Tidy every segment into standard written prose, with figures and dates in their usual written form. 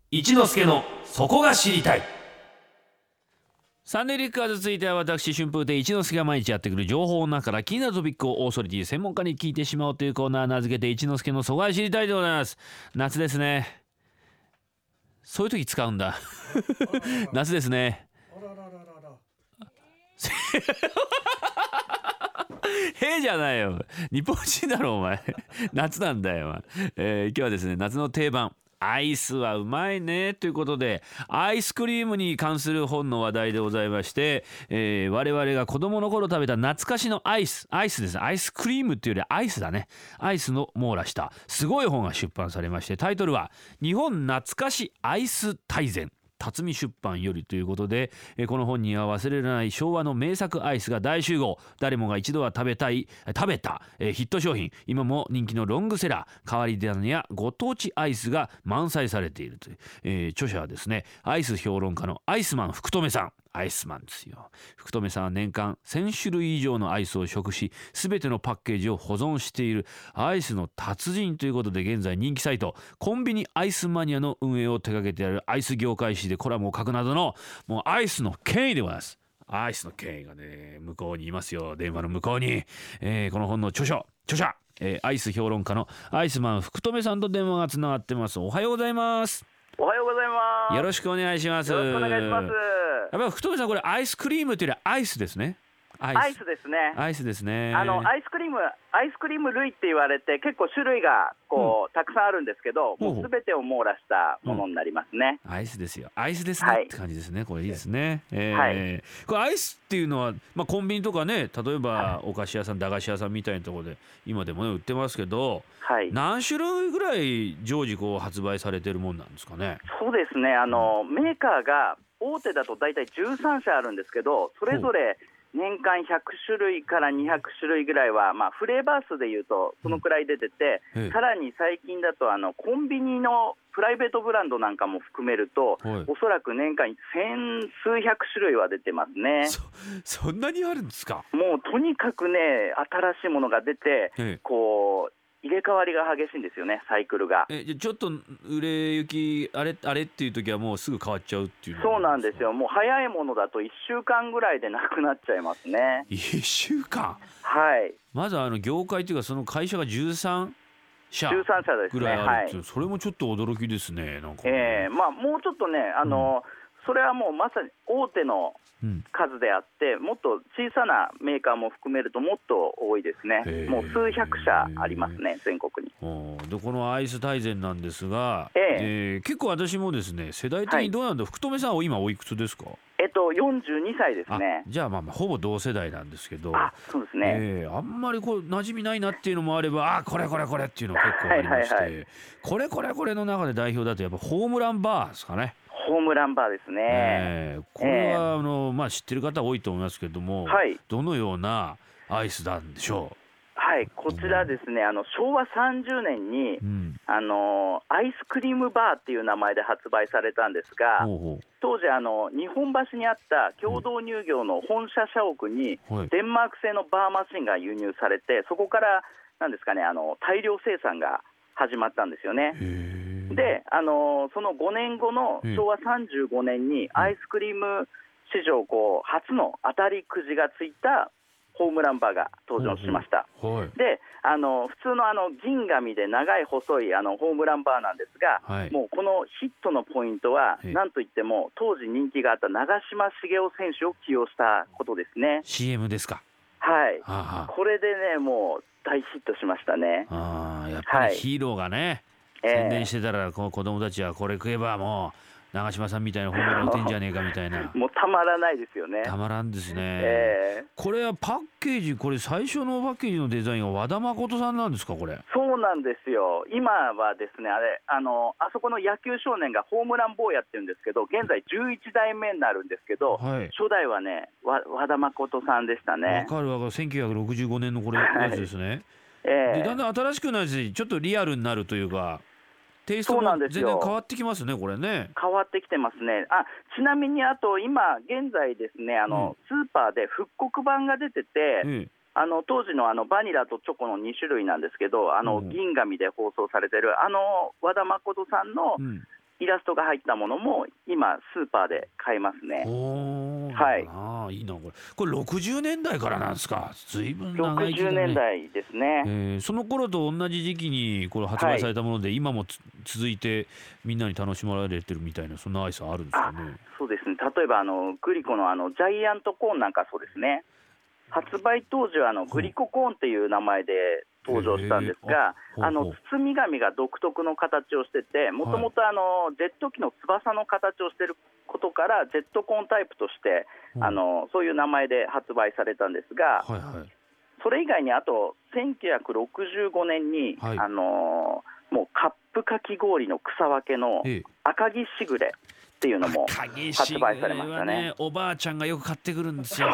一之助のそこが知りたい。サンデーリッカーズ続いては私春風亭一之輔が毎日やってくる情報の中から気になるトピックをオーソリティ専門家に聞いてしまおうというコーナー、名付けて一之輔のそこが知りたいでございます。夏ですね。そういう時使うんだ夏ですね。へえじゃないよ、日本人だろお前夏なんだよ、今日はですね、夏の定番アイスはうまいねということで、アイスクリームに関する本の話題でございまして、我々が子供の頃食べた懐かしのアイスですね。アイスクリームっていうよりアイスだね。アイスの網羅したすごい本が出版されまして、タイトルは日本懐かしアイス大全、辰巳出版よりということで、この本には忘れられない昭和の名作アイスが大集合。誰もが一度は食べた、ヒット商品、今も人気のロングセラー、変わり種やご当地アイスが満載されているという、著者はですね、アイス評論家のアイスマン福留さん。アイスマンですよ。福留さんは年間1000種類以上のアイスを食し、全てのパッケージを保存しているアイスの達人ということで、現在人気サイトコンビニアイスマニアの運営を手掛けているアイス業界誌でコラムを書くなどのもうアイスの権威でございます。アイスの権威がね、向こうにいますよ。電話の向こうに、この本の著者、アイス評論家のアイスマン福留さんと電話がつながってます。おはようございます。 おはようございます。 よろしくお願いします。 よろしくお願いします。 やっぱり福留さん、これアイスクリームというよりアイスですね。 アイスですね。 アイスですね。 アイスクリーム類って言われて結構種類がたくさんあるんですけど、もうすべてを網羅したものになりますね。 アイスですよ。アイスですね、って感じですね。これいいですね。これアイスっていうのは、コンビニとかね、例えばお菓子屋さん、駄菓子屋さんみたいなところで今でもね売ってますけど、何種類ぐらい常時発売されてるもんなんですかね。 そうですね。メーカーが大手だと大体13社あるんですけど、それぞれ年間100種類から200種類ぐらいは、フレーバー数でいうとそのくらい出てて、さらに最近だとコンビニのプライベートブランドなんかも含めると、おそらく年間千数百種類は出てますね。 そんなにあるんですか。 もうとにかくね、新しいものが出て、入れ替わりが激しいんですよね、サイクルが。 ちょっと売れ行きあれっていう時はもうすぐ変わっちゃうっていう。 そうなんですよ。もう早いものだと1週間ぐらいでなくなっちゃいますね。 1週間。 はい。 まず業界というかその会社が13社ぐらいあるっていう、それもちょっと驚きですね。なんかね、 もうちょっとね、それはもうまさに大手の数であって、もっと小さなメーカーも含めるともっと多いですね。もう数百社ありますね、全国に。 でこのアイス大全なんですが、結構私もですね、世代的にどうなんだ、福留さんは今おいくつですか。 42歳ですね。 じゃあほぼ同世代なんですけど、 そうですね。 あんまり馴染みないなっていうのもあれば、これっていうのが結構ありまして、これの中で代表だとやっぱホームランバーですかね。 ホームランバーですね。 これは知ってる方多いと思いますけども、どのようなアイスなんでしょう。 こちらですね、昭和30年に、アイスクリームバーっていう名前で発売されたんですが、当時日本橋にあった共同乳業の本社社屋にデンマーク製のバーマシンが輸入されて、そこからなんですかね、大量生産が始まったんですよね。で、その5年後の昭和35年にアイスクリーム史上初の当たりくじがついたホームランバーが登場しました。で、普通の銀紙で長い細いホームランバーなんですが、もうこのヒットのポイントは何といっても当時人気があった長嶋茂雄選手を起用したことですね。 CM ですか。 これでね、もう大ヒットしましたね。 やっぱりヒーローがね、宣伝してたら子供たちはこれ食えばもう長嶋さんみたいなホームラン打てんじゃねえかみたいなもうたまらないですよね。 たまらんですね。これはパッケージ、これ最初のパッケージのデザインは和田誠さんなんですか。これそうなんですよ。今はですね、あそこの野球少年がホームラン坊やっていうんですけど、現在11代目になるんですけど、初代はね和田誠さんでしたね。 わかる1965年のこれやつですね。でだんだん新しくなるし、ちょっとリアルになるというか、テイストも全然変わってきますね。これね、 変わってきてますね。ちなみに今現在ですね、スーパーで復刻版が出てて、当時のバニラとチョコの2種類なんですけど、銀紙で包装されてる和田誠さんのイラストが入ったものも今スーパーで買えますね。 はい、いいなこれ60年代からなんですか。随分長い時代ね。 60年代ですね。 その頃と同じ時期にこれ発売されたもので、今も続いてみんなに楽しまれてるみたいな、そんなアイスあるんですかね。 そうですね。例えばグリコのジャイアントコーンなんかそうですね。発売当時はグリココーンっていう名前で登場したんですが、包み紙が独特の形をしてて、もともとジェット機の翼の形をしていることからジェットコーンタイプとして、そういう名前で発売されたんですが、それ以外にあと1965年に、もうカップかき氷の草分けの赤城しぐれっていうのも発売されましたね。 おばあちゃんがよく買ってくるんですよ。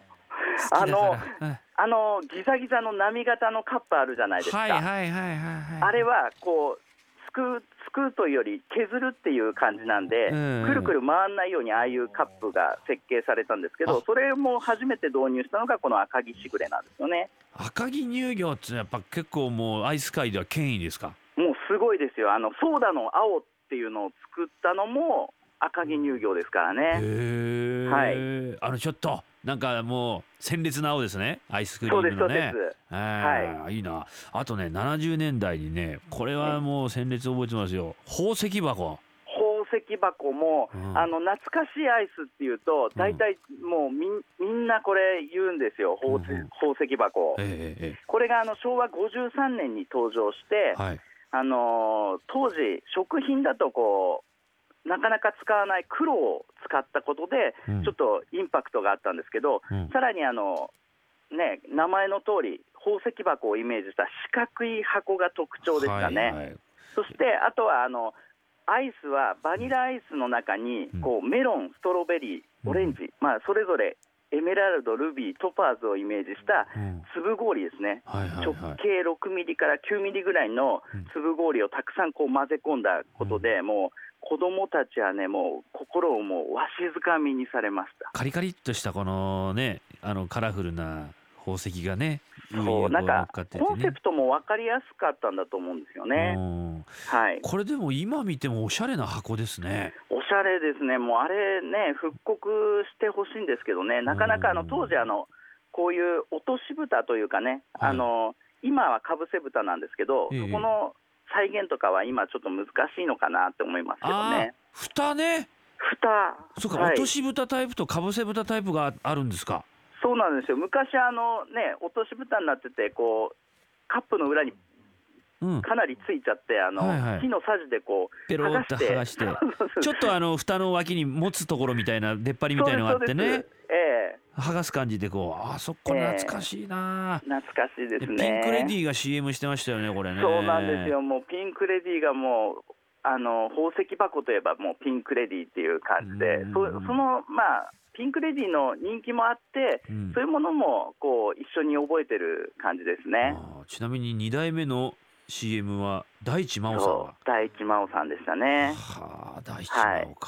ギザギザの波型のカップあるじゃないですか。あれはこうすくうというより削るっていう感じなんで、くるくる回らないようにああいうカップが設計されたんですけど、それも初めて導入したのがこの赤城しぐれなんですよね。 赤城乳業ってやっぱ結構もうアイス界では権威ですか。 もうすごいですよ。ソーダの青っていうのを作ったのも赤城乳業ですからね。 ちょっとなんかもう鮮烈な青ですね、アイスクリームのね。いいな。あとね、70年代にね、これはもう鮮烈覚えてますよ。宝石箱。 宝石箱も、懐かしいアイスっていうと大体もうみんなこれ言うんですよ、宝石箱。これが昭和53年に登場して、当時食品だとこうなかなか使わない黒を使ったことでちょっとインパクトがあったんですけど、さらに名前の通り宝石箱をイメージした四角い箱が特徴でしたね。そしてあとはアイスはバニラアイスの中にこうメロン、ストロベリー、オレンジ、それぞれエメラルド、ルビー、トパーズをイメージした粒氷ですね。直径6ミリから9ミリぐらいの粒氷をたくさんこう混ぜ込んだことで、もう子どもたちはね、もう心をもうわしづかみにされました。 カリカリっとしたこのね、カラフルな宝石がね、 なんかコンセプトも分かりやすかったんだと思うんですよね。 これでも今見てもおしゃれな箱ですね。 おしゃれですね。もうあれね、復刻してほしいんですけどね、なかなか当時こういう落とし蓋というかね、今はかぶせ蓋なんですけど、そこの再現とかは今ちょっと難しいのかなって思いますけどね。 蓋ね。そうか、落とし蓋タイプとかぶせ蓋タイプがあるんですか。 そうなんですよ。昔落とし蓋になってて、こうカップの裏にかなりついちゃって、木のさじでこうペロッと剥がしてちょっと蓋の脇に持つところみたいな出っ張りみたいのがあってね、剥がす感じでこう、そこ懐かしいな。 懐かしいですね。 ピンクレディーが CM してましたよね、これね。 そうなんですよ。もうピンクレディーがもう宝石箱といえばもうピンクレディーっていう感じで、そのピンクレディーの人気もあって、そういうものもこう一緒に覚えてる感じですね。 ちなみに2代目の CM は大地真央さんが。 大地真央さんでしたね。 大地真央か。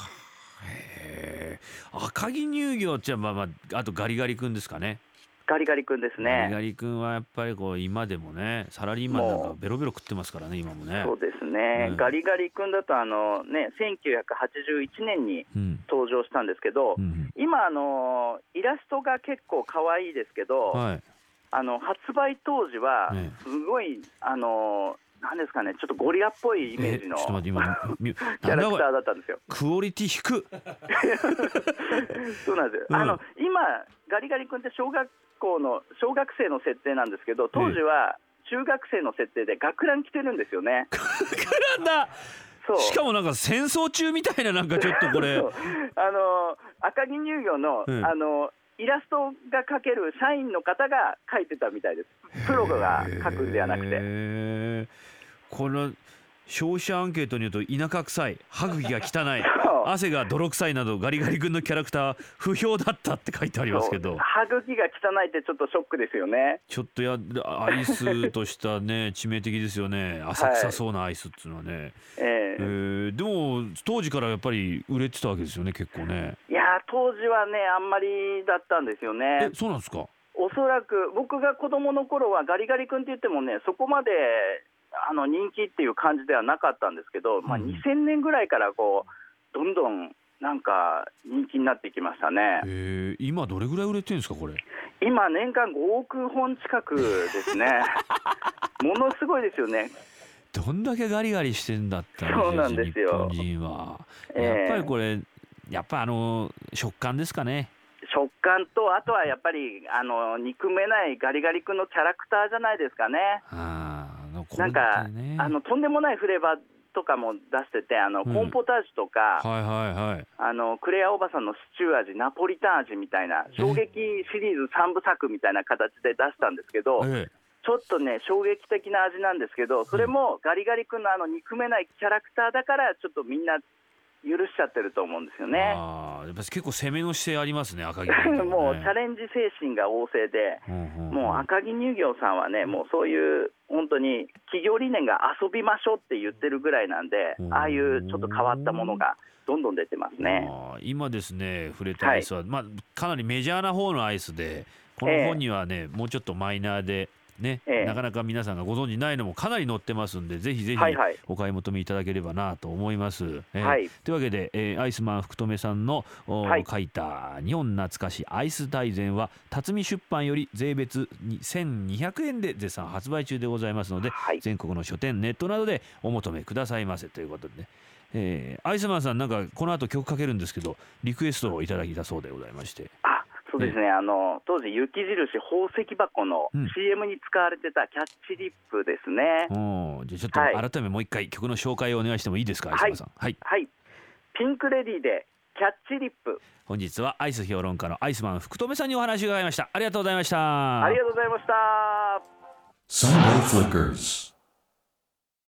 赤城乳業ってあとガリガリ君ですかね。 ガリガリ君ですね。 ガリガリ君はやっぱりこう今でもね、サラリーマンなんかベロベロ食ってますからね、今もね。 そうですね。ガリガリ君だと1981年に登場したんですけど、今イラストが結構可愛いですけど、発売当時はすごいなんですかね、ちょっとゴリラっぽいイメージのキャラクターだったんですよ。 クオリティ低くそうなんですよ。今ガリガリ君って小学生の設定なんですけど、当時は中学生の設定で学ラン着てるんですよね。 学ランだ。しかもなんか戦争中みたいな、なんかちょっとこれ赤城乳業のイラストが描ける社員の方が描いてたみたいです。プロが描くんではなくて。 この消費者アンケートによると、田舎臭い、歯茎が汚い、汗が泥臭いなどガリガリ君のキャラクター不評だったって書いてありますけど、 歯茎が汚いってちょっとショックですよね。 ちょっとアイスとしたね致命的ですよね。汗臭そうなアイスっていうのはね。でも当時からやっぱり売れてたわけですよね、結構ね。 いや当時はねあんまりだったんですよね。 そうなんですか。 おそらく僕が子供の頃はガリガリ君って言ってもね、そこまで人気っていう感じではなかったんですけど、2000年ぐらいからこうどんどんなんか人気になってきましたね。 今どれぐらい売れてるんですかこれ？ 今年間5億本近くですねものすごいですよね。 どんだけガリガリしてんだったら、 そうなんですよ。 日本人はやっぱりこれ食感ですかね。 食感と、あとはやっぱり憎めないガリガリ君のキャラクターじゃないですかね。なんかとんでもないフレーバーとかも出してて、コーンポタージュとか、クレアおばさんのシチュー味、ナポリタン味みたいな衝撃シリーズ3部作みたいな形で出したんですけど、ちょっとね衝撃的な味なんですけど、それもガリガリ君の憎めないキャラクターだからちょっとみんな許しちゃってると思うんですよね。 やっぱり結構攻めの姿勢ありますね、赤城乳業ね。 もうチャレンジ精神が旺盛で、もう赤城乳業さんはね、もうそういう本当に企業理念が遊びましょうって言ってるぐらいなんで、ああいうちょっと変わったものがどんどん出てますね。 今ですね触れたアイスは、かなりメジャーな方のアイスで、この本にはね、もうちょっとマイナーでね、なかなか皆さんがご存じないのもかなり載ってますんで、ぜひぜひお買い求めいただければなと思います。というわけで、アイスマン福留さんの、書いた日本懐かしアイス大全は辰巳出版より税別1200円で絶賛発売中でございますので、全国の書店ネットなどでお求めくださいませということでね、アイスマンさんなんかこの後曲かけるんですけど、リクエストをいただいたそうでございまして。 そうですね、当時雪印宝石箱の CM に使われてたキャッチリップですね。 じゃあちょっと改めもう一回曲の紹介をお願いしてもいいですか、相島さん。 ピンクレディーでキャッチリップ。 本日はアイス評論家のアイスマン福留さんにお話を伺いました。ありがとうございました。 ありがとうございました。 Sunday Flickers